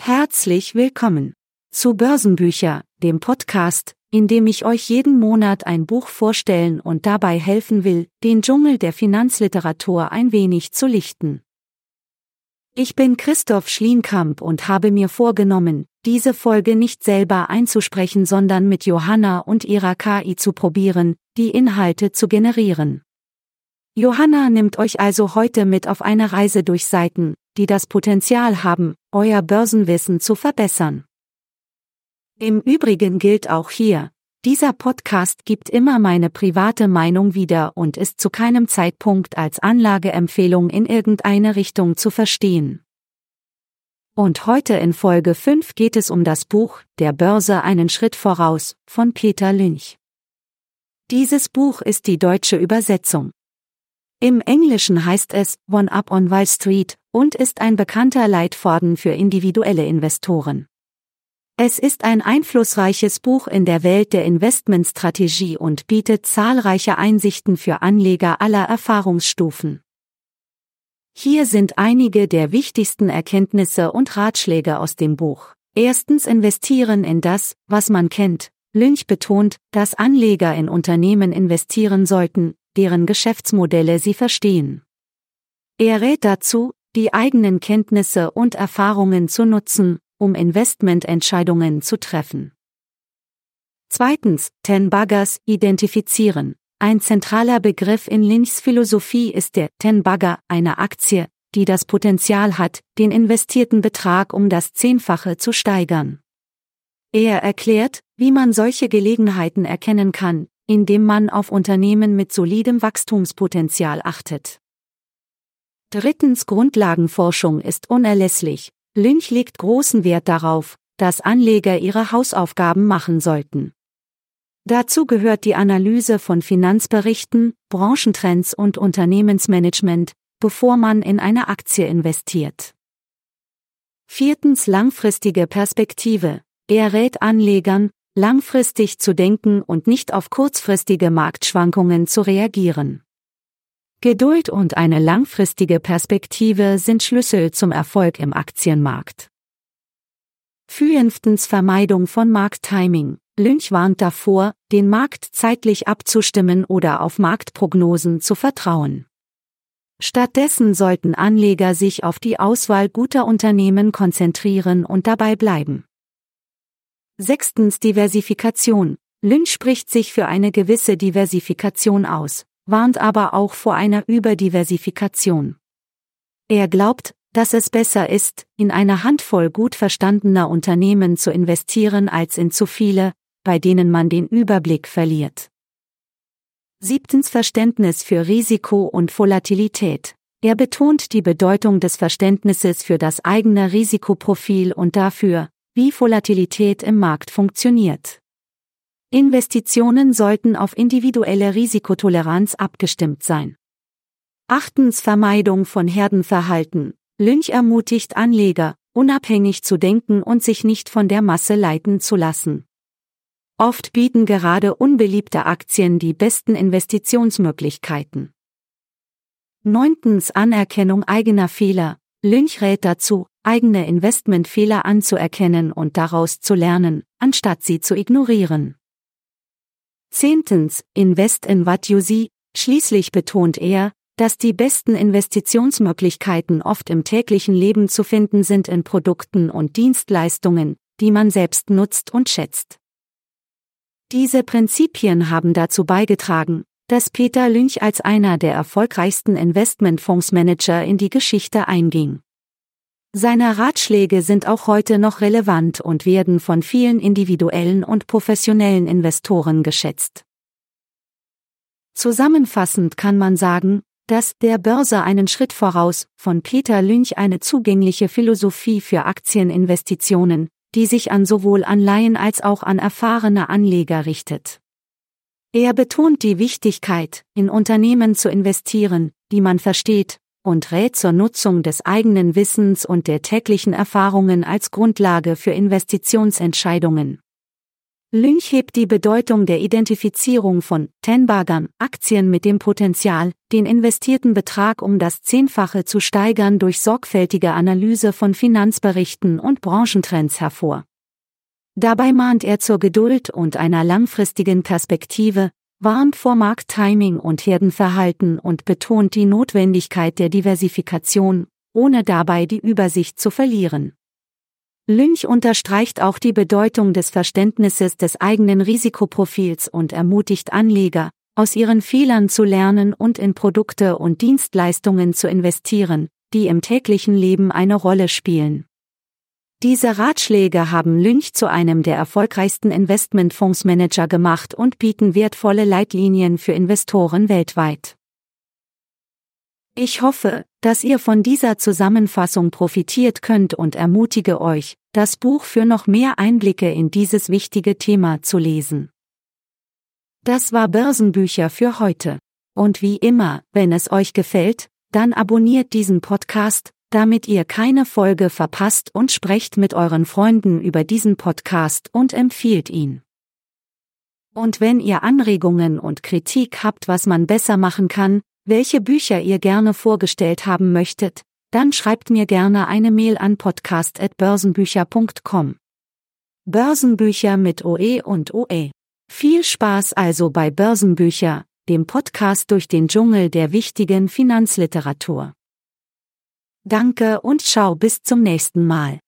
Herzlich willkommen zu Börsenbücher, dem Podcast, in dem ich euch jeden Monat ein Buch vorstellen und dabei helfen will, den Dschungel der Finanzliteratur ein wenig zu lichten. Ich bin Christoph Schlienkamp und habe mir vorgenommen, diese Folge nicht selber einzusprechen, sondern mit Johanna und ihrer KI zu probieren, die Inhalte zu generieren. Johanna nimmt euch also heute mit auf eine Reise durch Seiten, die das Potenzial haben, euer Börsenwissen zu verbessern. Im Übrigen gilt auch hier, dieser Podcast gibt immer meine private Meinung wieder und ist zu keinem Zeitpunkt als Anlageempfehlung in irgendeine Richtung zu verstehen. Und heute in Folge 5 geht es um das Buch Der Börse einen Schritt voraus von Peter Lynch. Dieses Buch ist die deutsche Übersetzung. Im Englischen heißt es One Up on Wall Street und ist ein bekannter Leitfaden für individuelle Investoren. Es ist ein einflussreiches Buch in der Welt der Investmentstrategie und bietet zahlreiche Einsichten für Anleger aller Erfahrungsstufen. Hier sind einige der wichtigsten Erkenntnisse und Ratschläge aus dem Buch. Erstens, investieren in das, was man kennt. Lynch betont, dass Anleger in Unternehmen investieren sollten, deren Geschäftsmodelle sie verstehen. Er rät dazu, die eigenen Kenntnisse und Erfahrungen zu nutzen, um Investmententscheidungen zu treffen. Zweitens, 10 Buggers identifizieren. Ein zentraler Begriff in Lynchs Philosophie ist der 10 Bugger, eine Aktie, die das Potenzial hat, den investierten Betrag um das 10-fache zu steigern. Er erklärt, wie man solche Gelegenheiten erkennen kann, indem man auf Unternehmen mit solidem Wachstumspotenzial achtet. Drittens, Grundlagenforschung ist unerlässlich. Lynch legt großen Wert darauf, dass Anleger ihre Hausaufgaben machen sollten. Dazu gehört die Analyse von Finanzberichten, Branchentrends und Unternehmensmanagement, bevor man in eine Aktie investiert. Viertens, langfristige Perspektive. Er rät Anlegern, langfristig zu denken und nicht auf kurzfristige Marktschwankungen zu reagieren. Geduld und eine langfristige Perspektive sind Schlüssel zum Erfolg im Aktienmarkt. Fünftens, Vermeidung von Markttiming. Lynch warnt davor, den Markt zeitlich abzustimmen oder auf Marktprognosen zu vertrauen. Stattdessen sollten Anleger sich auf die Auswahl guter Unternehmen konzentrieren und dabei bleiben. Sechstens, Diversifikation. Lynch spricht sich für eine gewisse Diversifikation aus, warnt aber auch vor einer Überdiversifikation. Er glaubt, dass es besser ist, in eine Handvoll gut verstandener Unternehmen zu investieren als in zu viele, bei denen man den Überblick verliert. Siebtens, Verständnis für Risiko und Volatilität. Er betont die Bedeutung des Verständnisses für das eigene Risikoprofil und dafür, wie Volatilität im Markt funktioniert. Investitionen sollten auf individuelle Risikotoleranz abgestimmt sein. Achtens, Vermeidung von Herdenverhalten. Lynch ermutigt Anleger, unabhängig zu denken und sich nicht von der Masse leiten zu lassen. Oft bieten gerade unbeliebte Aktien die besten Investitionsmöglichkeiten. Neuntens, Anerkennung eigener Fehler. Lynch rät dazu, eigene Investmentfehler anzuerkennen und daraus zu lernen, anstatt sie zu ignorieren. Zehntens, Invest in what you see. Schließlich betont er, dass die besten Investitionsmöglichkeiten oft im täglichen Leben zu finden sind, in Produkten und Dienstleistungen, die man selbst nutzt und schätzt. Diese Prinzipien haben dazu beigetragen, dass Peter Lynch als einer der erfolgreichsten Investmentfondsmanager in die Geschichte einging. Seine Ratschläge sind auch heute noch relevant und werden von vielen individuellen und professionellen Investoren geschätzt. Zusammenfassend kann man sagen, dass Der Börse einen Schritt voraus von Peter Lynch eine zugängliche Philosophie für Aktieninvestitionen, die sich an sowohl Anleihen als auch an erfahrene Anleger richtet. Er betont die Wichtigkeit, in Unternehmen zu investieren, die man versteht, und rät zur Nutzung des eigenen Wissens und der täglichen Erfahrungen als Grundlage für Investitionsentscheidungen. Lynch hebt die Bedeutung der Identifizierung von Ten-Baggern, Aktien mit dem Potenzial, den investierten Betrag um das 10-fache zu steigern durch sorgfältige Analyse von Finanzberichten und Branchentrends hervor. Dabei mahnt er zur Geduld und einer langfristigen Perspektive, warnt vor Markttiming und Herdenverhalten und betont die Notwendigkeit der Diversifikation, ohne dabei die Übersicht zu verlieren. Lynch unterstreicht auch die Bedeutung des Verständnisses des eigenen Risikoprofils und ermutigt Anleger, aus ihren Fehlern zu lernen und in Produkte und Dienstleistungen zu investieren, die im täglichen Leben eine Rolle spielen. Diese Ratschläge haben Lynch zu einem der erfolgreichsten Investmentfondsmanager gemacht und bieten wertvolle Leitlinien für Investoren weltweit. Ich hoffe, dass ihr von dieser Zusammenfassung profitiert könnt und ermutige euch, das Buch für noch mehr Einblicke in dieses wichtige Thema zu lesen. Das war Börsenbücher für heute. Und wie immer, wenn es euch gefällt, dann abonniert diesen Podcast, damit ihr keine Folge verpasst und sprecht mit euren Freunden über diesen Podcast und empfiehlt ihn. Und wenn ihr Anregungen und Kritik habt, was man besser machen kann, welche Bücher ihr gerne vorgestellt haben möchtet, dann schreibt mir gerne eine Mail an podcast@börsenbücher.com. Börsenbücher mit OE und OE. Viel Spaß also bei Börsenbücher, dem Podcast durch den Dschungel der wichtigen Finanzliteratur. Danke und ciao bis zum nächsten Mal.